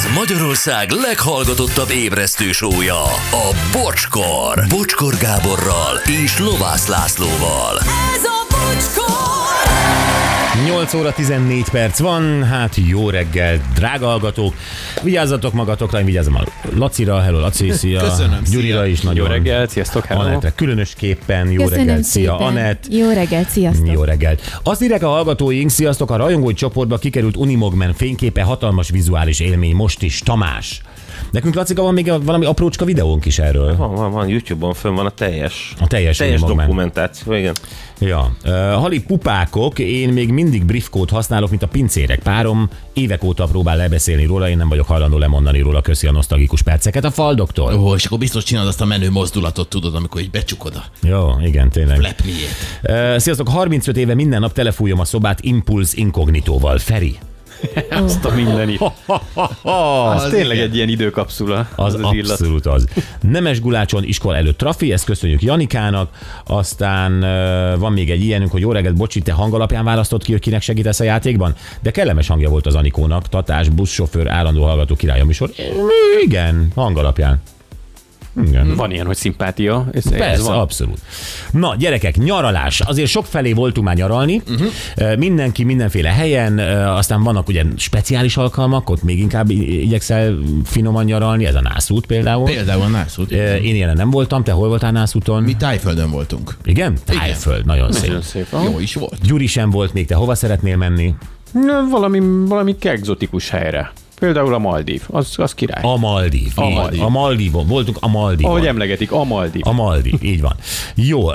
Ez Magyarország leghallgatottabb ébresztő show-ja, a Bocskor. Bocskor Gáborral és Lovász Lászlóval. Ez a Bocskor! 8 óra 14 perc van, hát jó reggel, drága hallgatók. Vigyázzatok magatokra, én vigyázzam a Lacira, hello Laci, szia. Köszönöm, Gyurira szia. is nagyon. Jó reggelt, sziasztok, hello. Anettre különösképpen, jó Köszönöm reggelt, szia szépen. Anett. Jó reggelt, sziasztok. Jó reggelt. Azt írják a hallgatóink, sziasztok, a rajongói csoportba kikerült Unimogman fényképe, hatalmas vizuális élmény most is, Tamás. Nekünk, Lacika, van még valami aprócska videónk is erről. Van, YouTube-on fönn van a teljes Unimogman dokumentáció, igen. Ja. Hali pupákok, én még mindig briefkót használok, mint a pincérek. Párom évek óta próbál lebeszélni róla, én nem vagyok hajlandó lemondani róla, köszi a nosztalgikus perceket a faldoktól. Ó, és akkor biztos csinálod azt a menő mozdulatot, tudod, amikor így becsukod a Jó, igen, tényleg. lepniét. Sziasztok, 35 éve minden nap telefújom a szobát Impulse Incognitóval. Feri. Azt a mindenit. Az tényleg igen. egy ilyen időkapszula. Az illat. abszolút az. Nemes Gulácson iskola előtt trafi, ezt köszönjük Janikának. Aztán van még egy ilyenünk, hogy jó reggelt, bocsi, te hang alapján választott ki, hogy kinek segítesz a játékban? De kellemes hangja volt az Anikónak, tatás, buszsofőr, állandó hallgató, királya műsor. Igen, hang alapján. Igen. Van ilyen, hogy szimpátia. Ez Persze, van. abszolút. Na, gyerekek, nyaralás. Azért sokfelé voltunk már nyaralni. Mindenki mindenféle helyen, aztán vannak ugye speciális alkalmak, ott még inkább igyekszel finoman nyaralni, ez a Nászút például. Például a Nászút. Én ilyen nem voltam, te hol voltál Nászúton? Mi Tájföldön voltunk. Igen? Tájföld, nagyon szép. Nagyon szép. Jó is volt. Gyuri sem volt még, te hova szeretnél menni? Valami egzotikus helyre. Például a Maldív. Az király. A Maldív. A Maldív. A Maldívon. Voltunk a Maldívon. Ahogy emlegetik, a Maldív. A Maldív, így van. Jó.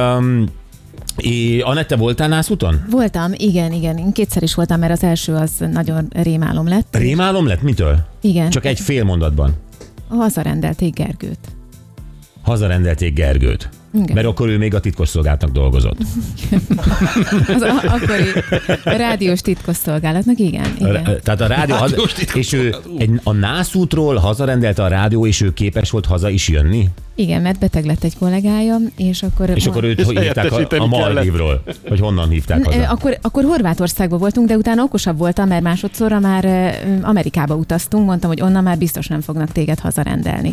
Anette, voltál Nászúton? Voltam, igen. Én kétszer is voltam, mert az első az nagyon rémálom lett. Rémálom lett? Mitől? Igen. Csak egy fél mondatban. Hazarendelték Gergőt. Hazarendelték Gergőt. Igen. Mert akkor ő még a titkosszolgálatnak dolgozott. Az akkori rádiós titkosszolgálatnak, igen. Tehát a rádió, Rádiós és ő titkosszolgálat. a Nászútról hazarendelte a rádió, és ő képes volt haza is jönni? Igen, mert beteg lett egy kollégája, és akkor... És akkor őt hogy hívták a helyettesíteni Maldívról? Hogy honnan hívták haza? Akkor Horvátországban voltunk, de utána okosabb voltam, mert másodszorra már Amerikába utaztunk, mondtam, hogy onnan már biztos nem fognak téged hazarendelni.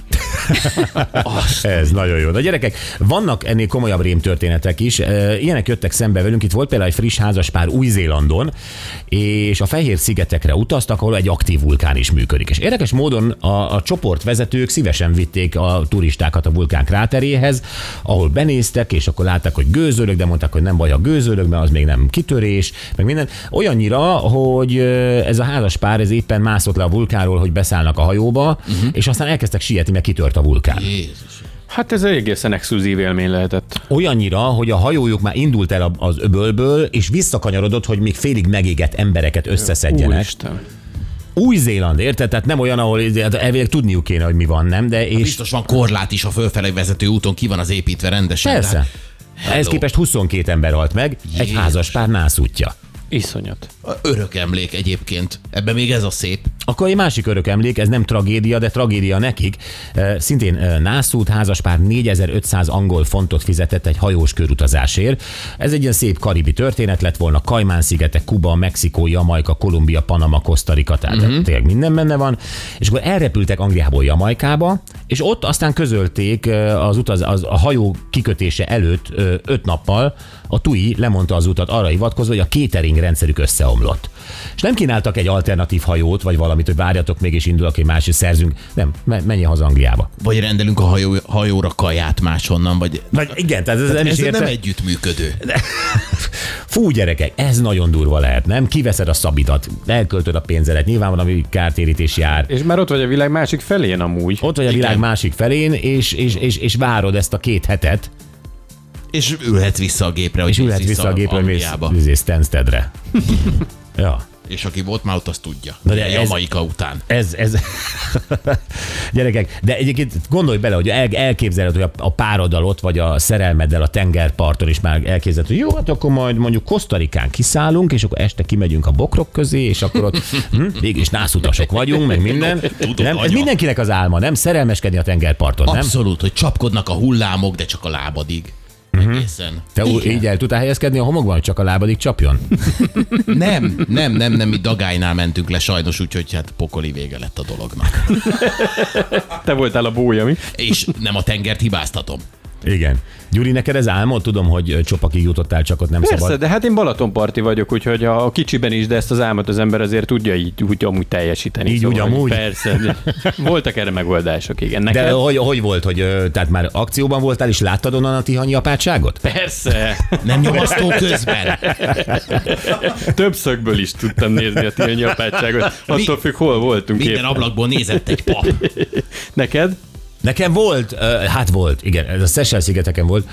Ez nagyon jó. De gyerekek, vannak ennél komolyabb rémtörténetek is. Ilyenek jöttek szembe velünk. Itt volt például egy friss házaspár Új-Zélandon, és a Fehér-szigetekre utaztak, ahol egy aktív vulkán is működik. És érdekes módon a csoportvezetők szívesen vitték a turistákat a vulkán kráteréhez, ahol benéztek, és akkor látták, hogy gőzölök, de mondták, hogy nem baj, a gőzölök, mert az még nem kitörés, meg minden. Olyannyira, hogy ez a házaspár ez éppen mászott le a vulkánról, hogy beszállnak a hajóba, és aztán elkezdtek sietni, mert kitört a vulkán. Jézus. Hát ez egy egészen exkluzív élmény lehetett. Olyannyira, hogy a hajójuk már indult el az öbölből, és visszakanyarodott, hogy még félig megégett embereket összeszedjenek. Úristen. Új-Zéland, érted? Tehát nem olyan, ahol elvileg tudniuk kéne, hogy mi van, nem? De és Biztos van korlát is a fölfelé vezető úton, ki van az építve rendesen. persze. de hát, Ehhez hello. képest 22 ember halt meg, egy Jézus. házaspár Nászútja. Iszonyat. Örök emlék egyébként. Ebben még ez a szép. Akkor egy másik örök emlék, ez nem tragédia, de tragédia nekik. Szintén Nászút házaspár 4500 angol fontot fizetett egy hajós körutazásért. Ez egy ilyen szép karibi történet lett volna. Kajmán-szigetek, Kuba, Mexikó, Jamajka, Kolumbia, Panama, Costa Rica, tehát tényleg minden benne van. És akkor elrepültek Angliából Jamajkába, és ott aztán közölték a hajó kikötése előtt 5 nappal, a TUI lemondta az utat arra hivatkozva, hogy a catering rendszerük összeomlott. És nem kínáltak egy alternatív hajót, vagy valamit, hogy várjatok még, és indulok egy másik, szerzünk. Nem, menj haza Angliába. Vagy rendelünk a hajóra kaját máshonnan, vagy... Igen, tehát ez nem is Ez érte. nem együttműködő. Fú, gyerekek, ez nagyon durva lehet, nem? Kiveszed a szabidat, elköltöd a pénzedet, nyilván valami kártérítés jár. És már ott vagy a világ másik felén amúgy. Ott vagy a világ másik felén, és várod ezt a 2 hetet, És ülhet vissza a gépre, hogy és ülhet vissza a gépre, hogy Angliába. mész Stanstedre. Ja. És aki volt már ott, azt tudja. Na de ez- Jamaika után. Ez. Gyerekek, de egyébként gondolj bele, hogy elképzeled, hogy a pároddal ott vagy a szerelmeddel a tengerparton is már elképzeled, hogy jó, hát akkor majd mondjuk Costa Ricán kiszállunk, és akkor este kimegyünk a bokrok közé, és akkor ott végig nászutasok vagyunk, meg minden. Tudom, Nem, ez anya. mindenkinek az álma, nem? Szerelmeskedni a tengerparton, nem? Abszolút, hogy csapkodnak a hullámok, de csak a lábadig. egészen. Te így el tudtál helyezkedni a homokban, hogy csak a lábadig csapjon? Nem, mi Dagálynál mentünk le sajnos, úgyhogy hát pokoli vége lett a dolognak. Te voltál a bója, mi? És nem a tengert hibáztatom. Igen. Gyuri, neked ez álmod? Tudom, hogy Csopakig jutottál, csak ott nem Persze, szabad. de hát én Balatonparti vagyok, úgyhogy a kicsiben is, de ezt az álmot az ember azért tudja így úgy amúgy teljesíteni. Így úgy amúgy? Persze. Voltak erre megoldások, igen. Neked? De hogy volt, hogy tehát már akcióban voltál, és láttad onnan a tihanyi apátságot? Persze. Nem nyomasztó közben. Több szögből is tudtam nézni a tihanyi apátságot. Attól függ, hol voltunk. Minden éppen. ablakból nézett egy pap. Neked? Nekem volt, hát volt, igen, ez a Seychelles-szigeteken volt.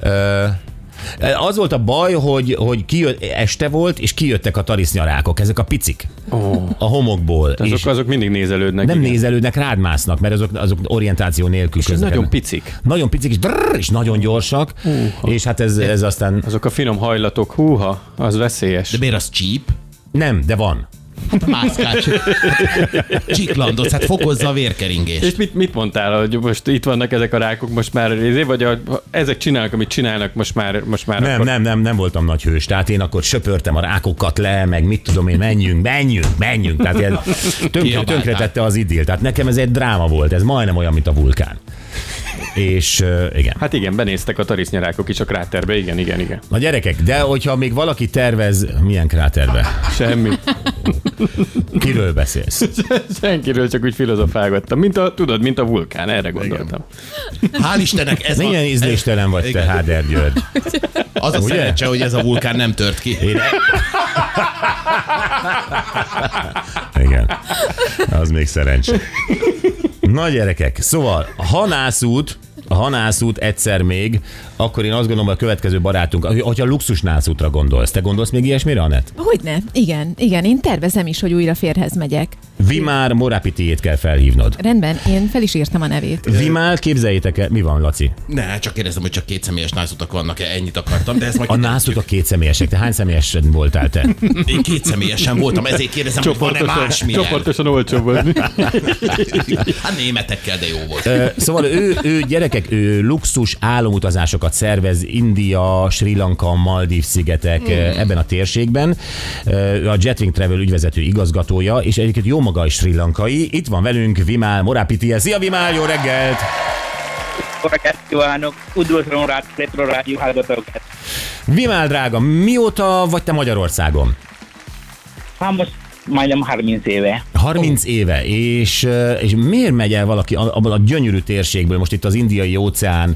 Az volt a baj, hogy este volt, és kijöttek a tarisznyarákok, ezek a picik a homokból. Azok mindig nézelődnek. Nem igen. nézelődnek, rád másznak, mert azok orientáció nélkül És közlekednek. nagyon picik. Nagyon picik, és nagyon gyorsak, és hát ez aztán... Azok a finom hajlatok, húha, az veszélyes. De miért az cheap? Nem, de van. Mászkál, csiklandoz, hát fokozza a vérkeringést. És mit mondtál, hogy most itt vannak ezek a rákok, most már vagy ezek csinálnak, amit csinálnak, most már akkor... Nem voltam nagy hős, tehát én akkor söpörtem a rákokat le, meg mit tudom én, menjünk. Tehát ilyen tönkretette az idill. Tehát nekem ez egy dráma volt, ez majdnem olyan, mint a vulkán. És igen. Hát igen, benéztek a tarisznyarákok is a kráterbe, igen. Na gyerekek, de hogyha még valaki tervez, milyen kráterbe? Semmi. Kiről beszélsz? Senkiről, csak úgy filozofálgattam. Mint a vulkán, erre gondoltam. Hál' Istennek ez Milyen ízléstelen vagy te, Háder György? Az a Ugye? szerencse, hogy ez a vulkán nem tört ki. Igen, az még szerencsé. Na gyerekek, szóval a hanászút egyszer még, akkor én azt gondolom, hogy a következő barátunk, hogyha luxus nászútra gondolsz. Te gondolsz még ilyesmire, Anett? Hogyne? Igen, én tervezem is, hogy újra férhez megyek. Vimár Morapitiét kell felhívnod. Rendben, én fel is írtam a nevét. Vimár, képzeljétek el, mi van, Laci? Ne, csak kérdezem, hogy csak 2 személyes nászutak vannak-e, ennyit akartam, de ez majd... A nászutok 2 személyesek. Te hány személyesen voltál te? Én 2 személyesen voltam, ezért kérdezem, hogy van-e másmilyen. Csoportosan olcsóbb volt. Hát németekkel, de jó volt. Szóval ő gyerekek, ő luxus álomutazásokat szervez India, Sri Lanka, Maldív-szigetek ebben a térségben. Ő a Jetwing Travel ügyvezető igazgatója, és egyébként jó maga is sri lankai. Itt van velünk Vimál Morapitié. Szia Vimál, jó reggelt! Jó reggelt kívánok! Üdvözlöm rá, Retro Rádió hallgatókat! Vimál drága, mióta vagy te Magyarországon? Hát most majdnem 30 éve. 30 éve, és miért megy el valaki abban a gyönyörű térségből, most itt az Indiai óceán,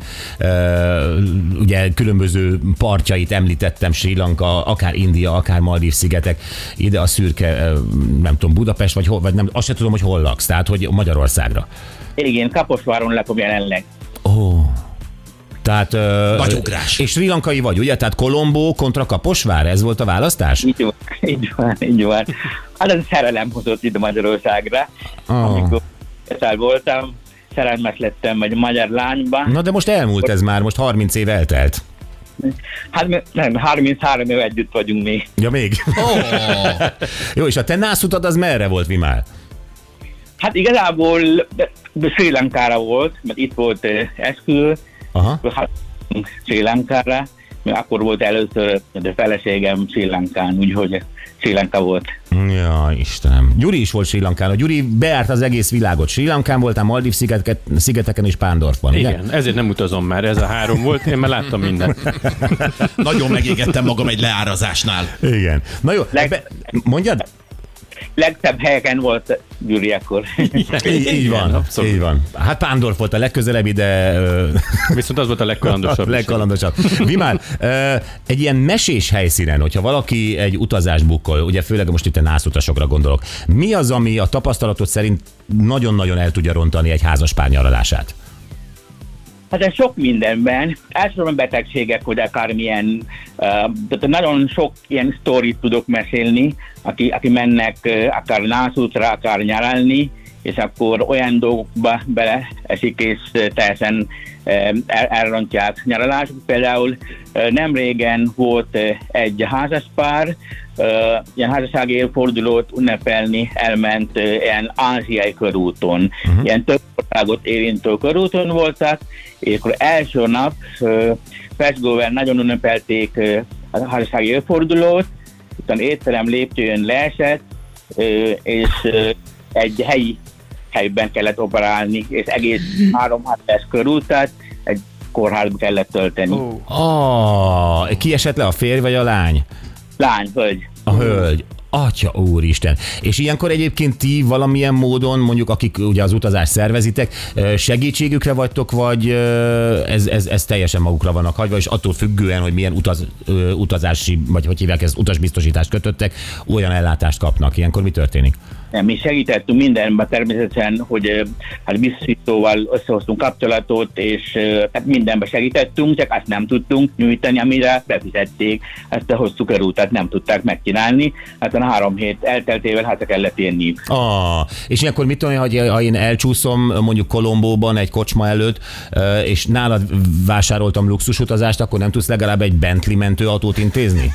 ugye különböző partjait említettem, Sri Lanka, akár India, akár Maldív-szigetek, ide a szürke, nem tudom, Budapest, vagy nem, azt sem tudom, hogy hol laksz, tehát hogy Magyarországra. Igen, Kaposváron lakom jelenleg. Tehát, Nagy ugrás. És sri lankai vagy, ugye? Tehát Kolombó kontra Kaposvár, ez volt a választás? Így van. Hát ez szerelem hozott ide Magyarországra. Amikor voltam, szerelmes lettem egy magyar lányba. Na de most elmúlt ez már, most 30 év eltelt. Hát nem, 33 év együtt vagyunk még. Ja, még? Jó, és a te nászutad az merre volt, Vimál? Hát igazából Sri Lankára volt, mert itt volt eskü, hát Sri Lankára, mert akkor volt először a feleségem Sri Lankán, úgyhogy Sri Lanka volt. Ja, Istenem. Gyuri is volt Sri Lankán. A Gyuri bejárt az egész világot. Sri Lankán voltál, Maldív-szigeteken és Pándorfban. Igen, ugye? ezért nem utazom már, ez a 3 volt, én már láttam mindent. Nagyon megégettem magam egy leárazásnál. Igen. Na jó, mondjad? Legszebb helyeken volt Gyuri akkor. Így van, abszolút. így van. Hát Pándorf volt a legközelebbi, de... Viszont az volt a legkalandosabb. Legkalandosabb. Vimál, egy ilyen mesés helyszínen, hogyha valaki egy utazást bukkol, ugye főleg most itt a nászutasokra gondolok, mi az, ami a tapasztalatod szerint nagyon-nagyon el tudja rontani egy házaspár nyaralását? Hát ez sok mindenben, elsősorban betegségek, hogy akármilyen, tehát nagyon sok ilyen sztorit tudok mesélni, aki mennek akár nászútra, akár nyaralni, és akkor olyan dolgokba beleesik, és teljesen elrontják nyaralásuk. Például nem régen volt egy házaspár, ilyen házassági évfordulót ünnepelni elment ilyen ázsiai körúton. Ilyen több országot érintő körúton voltak, és akkor első nap Pezsgóban nagyon ünnepelték a házassági évfordulót, utána étterem lépcsőjön leesett, és egy helyben kellett operálni, és egész 3 hetes körútat egy kórházba kellett tölteni. Ki esett le, a férj vagy a lány? Lány, hölgy. A hölgy. Atya úristen. És ilyenkor egyébként ti valamilyen módon, mondjuk akik ugye az utazást szervezitek, segítségükre vagytok, vagy ez teljesen magukra vannak hagyva, és attól függően, hogy milyen utazási, vagy hogy hívják ezt, utasbiztosítást kötöttek, olyan ellátást kapnak. Ilyenkor mi történik? Mi segítettünk mindenben természetesen, hogy hát biztosítóval összehoztunk kapcsolatot, és hát mindenben segítettünk, csak azt nem tudtunk nyújtani, amire befizették. Ezt a hosszú körútat nem tudták megcsinálni. Hát a 3 hét elteltével hát kellett érni. És ilyenkor mit tudom, hogy ha én elcsúszom mondjuk Kolombóban egy kocsma előtt, és nálad vásároltam luxusutazást, akkor nem tudsz legalább egy Bentley mentőautót intézni?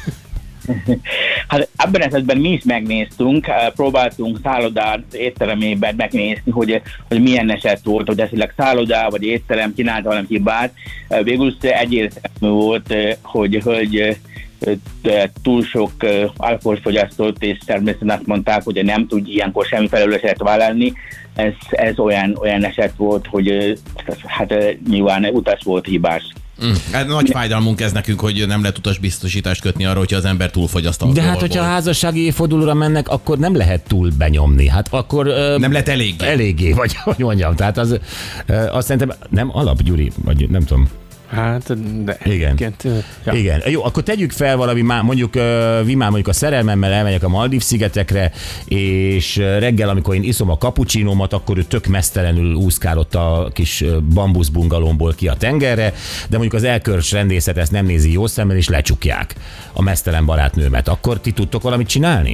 Hát ebben esetben mi is megnéztünk, próbáltunk szállodát étteremében megnézni, hogy milyen eset volt, hogy esetleg szállodá vagy étterem csinálta valami hibát. Végül egyértelmű volt, hogy hölgy túl sok alkoholt fogyasztott, és természetesen azt mondták, hogy nem tud ilyenkor semmi felelősséget vállalni. Ez olyan eset volt, hogy hát nyilván utas volt hibás. Nagy fájdalmunk ez nekünk, hogy nem lehet utasbiztosítást kötni arra, hogyha az ember túlfogyaszt alkoholból. De hát, hogyha a házassági évfordulóra mennek, akkor nem lehet túl benyomni. Hát akkor... nem lehet eléggé. Eléggé, vagy hogy mondjam. Tehát azt szerintem nem alap, Gyuri, vagy nem tudom. Hát, de... Igen. Ja. Igen. Jó, akkor tegyük fel valami, mondjuk a szerelmemmel elmegyek a Maldív-szigetekre, és reggel, amikor én iszom a cappuccinómat, akkor ő tök mesztelenül úszkál ott a kis bambuszbungalomból ki a tengerre, de mondjuk az elkörs rendészet ezt nem nézi jó szemmel, és lecsukják a mesztelen barátnőmet. Akkor ti tudtok valamit csinálni?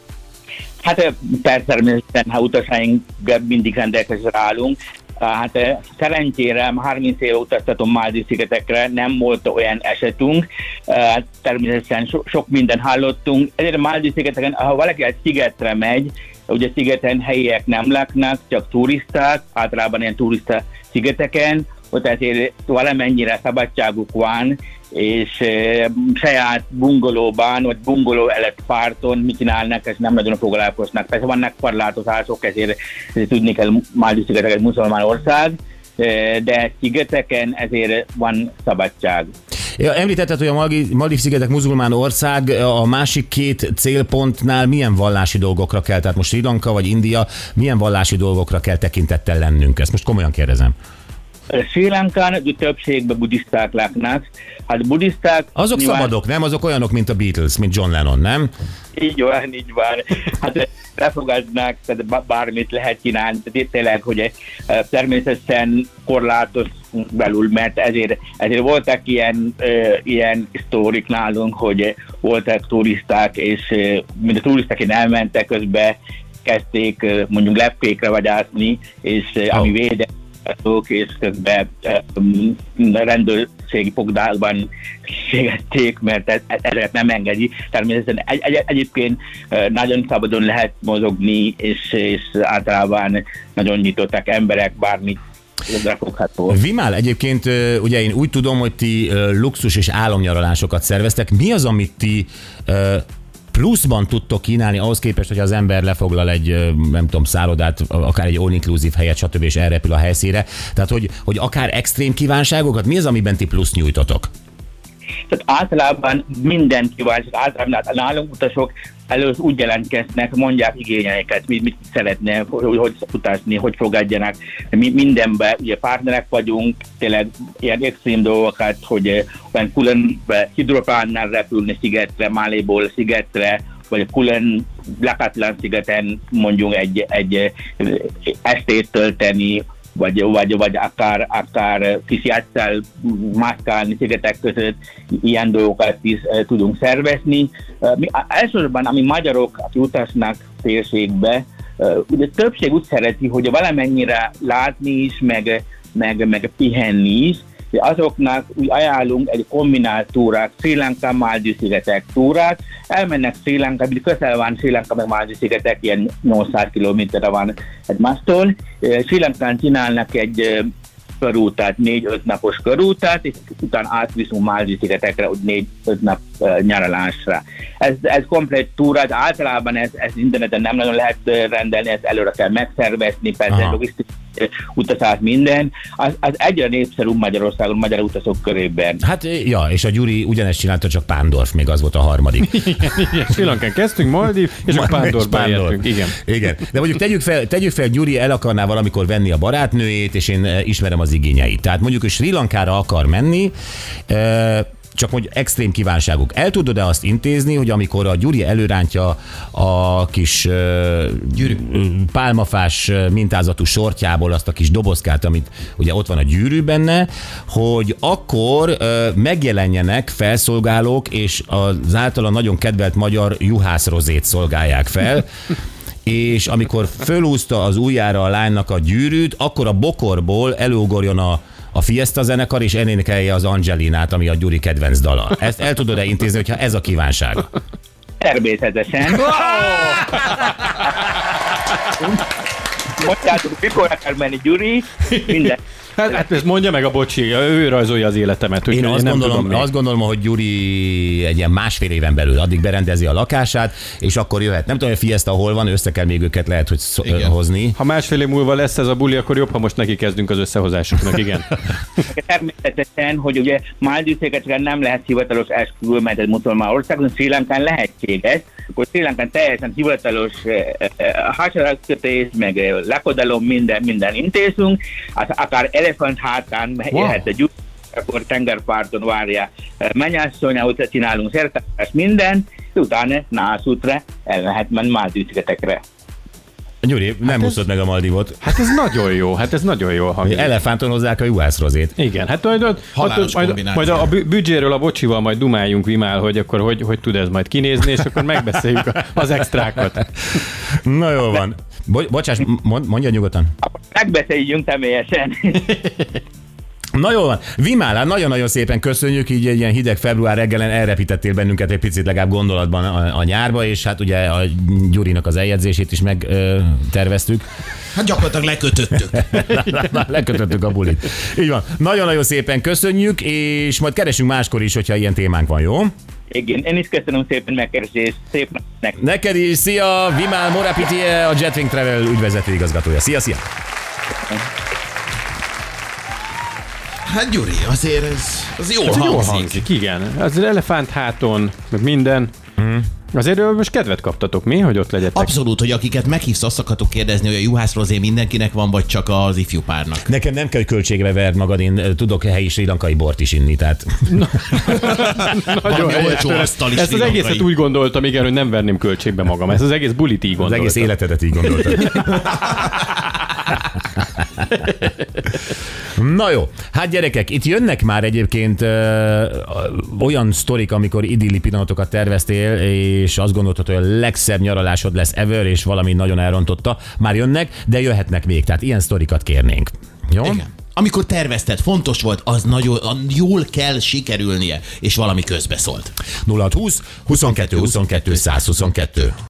Hát persze, ha utasaink mindig rendelkezésre állunk. Hát szerencsére 30 éve utaztatom Máldiv-szigetekre, nem volt olyan esetünk, természetesen sok mindent hallottunk. Ezért a Máldiv-szigeteken, ha valaki egy szigetre megy, ugye szigeten helyiek nem laknak, csak turisták, általában ilyen turista szigeteken, ott ezért valamennyire szabadságuk van, és saját bungolóban, vagy bungoló előtt párton mit csinálnak, és nem nagyon foglalkoznak. Persze vannak korlátozások, ezért tudni kell, Máldiv-szigetek egy muszlimán ország, de szigeteken ezért van szabadság. Ja, említetted, hogy a Maldív-szigetek muzulmán ország, a másik 2 célpontnál milyen vallási dolgokra kell, tehát most Sri Lanka vagy India, milyen vallási dolgokra kell tekintettel lennünk? Ezt most komolyan kérdezem. Sri Lankán többségben buddhisták laknak. Hát buddhisták... Azok nyilván... szabadok, nem? Azok olyanok, mint a Beatles, mint John Lennon, nem? Így van. Hát befogadnak, tehát bármit lehet csinálni. Tehát tényleg, hogy természetesen korlátos belül, mert ezért voltak ilyen sztorik nálunk, hogy voltak turisták, és mint a turisták elmentek, közben kezdték mondjuk lepkékre vadászni, és ami védett, és közben rendőrségi fogdában ségették, mert ezeket nem engedi. Természetesen egyébként nagyon szabadon lehet mozogni, és általában nagyon nyitottak emberek, bármit fogható. Vimál, egyébként ugye én úgy tudom, hogy ti luxus és álomnyaralásokat szerveztek. Mi az, amit ti pluszban tudtok kínálni ahhoz képest, hogy az ember lefoglal egy, nem tudom, szállodát, akár egy all-inclusive helyet, stb. És elrepül a helyszínre. Tehát, hogy akár extrém kívánságokat, mi az, amiben ti plusz nyújtotok? Tehát általában minden kívánság, általában nálunk utasok először úgy jelentkeznek, mondják igényeiket, mit szeretne, hogy utazni, hogy fogadjanak. Mi mindenben ugye partnerek vagyunk, tényleg ilyen extrém dolgokat, hogy olyan külön hidroplánnal repülni szigetre, Máléból szigetre, vagy külön lakatlan szigeten mondjuk egy estét tölteni, vagy akár kis játsszal mászkálni szigetek között, ilyen dolgokat is tudunk szervezni. Elsősorban, ami magyarok, akik utaznak térségbe, ugye többség úgy szereti, hogy valamennyire látni is, meg meg pihenni is, de azoknak úgy ajánlunk egy kombinált túrát, Sri Lanka, Máldiv-szigetek túrát, elmennek Sri Lanka, közel van Sri Lanka meg Máldiv-szigetek, ilyen 800 kilométerre van egymástól. Sri Lankán csinálnak egy körútát, 4-5 napos körútát, és utána átviszünk Máldiv-szigetekre, 4-5 nap nyaralásra. Ez komplet túrát, általában ez interneten nem nagyon lehet rendelni, ezt előre kell megszervezni, persze logisztikai utazás minden. Az egyre népszerűbb Magyarországon, magyar utazók körében. Hát, ja, és a Gyuri ugyanezt csinálta, csak Pándorf, még az volt a harmadik. Igen, Sri Lankán kezdtünk, Maldiv, és a Pándorfba értünk. Igen. De mondjuk tegyük fel, Gyuri el akarná valamikor venni a barátnőjét, és én ismerem az igényeit. Tehát mondjuk, hogy Sri Lankára akar menni, csak hogy extrém kívánságuk. El tudod-e azt intézni, hogy amikor a Gyuri előrántja a kis pálmafás mintázatú sortjából azt a kis dobozkát, amit ugye ott van a gyűrű benne, hogy akkor megjelenjenek felszolgálók, és az általa nagyon kedvelt magyar juhászrozét szolgálják fel, és amikor fölhúzta az ujjára a lánynak a gyűrűt, akkor a bokorból előugorjon a Fiesta zenekar, és elénekelje az Angelinát, ami a Gyuri kedvenc dala. Ezt el tudod-e intézni, hogyha ez a kívánság? Természetesen. Mondjátok, mikor akar menni Gyuri, minden. Hát ezt mondja meg a Bocsi, ő rajzolja az életemet. Én azt gondolom, hogy Gyuri egy ilyen másfél éven belül addig berendezi a lakását, és akkor jöhet. Nem tudom, hogy a Fiesta hol van, össze kell még őket lehet, hogy hozni. Ha másfél év múlva lesz ez a buli, akkor jobb, ha most neki kezdünk az összehozásoknak, igen. Természetesen, hogy ugye Máldiv-szigeteken nem lehet hivatalos esküvő, mert ez muszlimán országon, Sri Lankán lehetséges, akkor Sri Lankán teljesen hivatalos hasonlatkötés, meg lakodalom, minden intézünk, akár elefánt hátán jöhet a Gyuri, akkor tengerparton várja mennyasszonya, utána csinálunk szertartást, minden, utána nászútra el lehet menni Máldiv-szigetekre. Gyuri, nem úszod meg a Maldivot. Hát ez nagyon jó hangzik. Elefánton hozzák a juhászrozét. Igen, hát majd a büdzséről a Bocsival majd dumáljunk, Vimál, hogy akkor hogy tud ez majd kinézni, és akkor megbeszéljük az extrákat. Na jól van. Bocsáss, mondja nyugodtan. Megbeszéljünk személyesen. Na jól van. Vimálán, nagyon-nagyon szépen köszönjük, így egy ilyen hideg február reggelen elrepítettél bennünket egy picit legalább gondolatban a nyárba, és hát ugye a Gyurinak az eljegyzését is megterveztük. Hát gyakorlatilag lekötöttük. Lekötöttük a bulit. Így van. Nagyon-nagyon szépen köszönjük, és majd keresünk máskor is, hogyha ilyen témánk van, jó? Igen, én is köszönöm szépen megkeresést. Szép napot. Neked is, szia! Vimál Morapitie, a Jetwing Travel ügyvezető igazgatója. Szia! Hát Gyuri, azért ez jól hangzik. Igen. Az elefánt háton, meg minden. Azért most kedvet kaptatok, mi, hogy ott legyetek? Abszolút, hogy akiket meghívsz, azt akartok kérdezni, hogy a juhászrozé mindenkinek van, vagy csak az ifjú párnak. Nekem nem kell, hogy költségbe verd magad, én tudok helyi sri lankai bort is inni, tehát... Nagyon olcsó asztali ezt az egészet úgy gondoltam, igen, hogy nem verném költségbe magam. Ezt az egész bulit így gondoltam. Az egész életedet így gondoltad. Na jó, hát gyerekek, itt jönnek már egyébként olyan sztorik, amikor idilli pillanatokat terveztél, és azt gondoltad, hogy a legszebb nyaralásod lesz ever, és valami nagyon elrontotta. Már jönnek, de jöhetnek még, tehát ilyen sztorikat kérnénk. Jó? Igen. Amikor tervezted, fontos volt, az nagyon jól kell sikerülnie, és valami közbeszólt. 0620 22 22 122.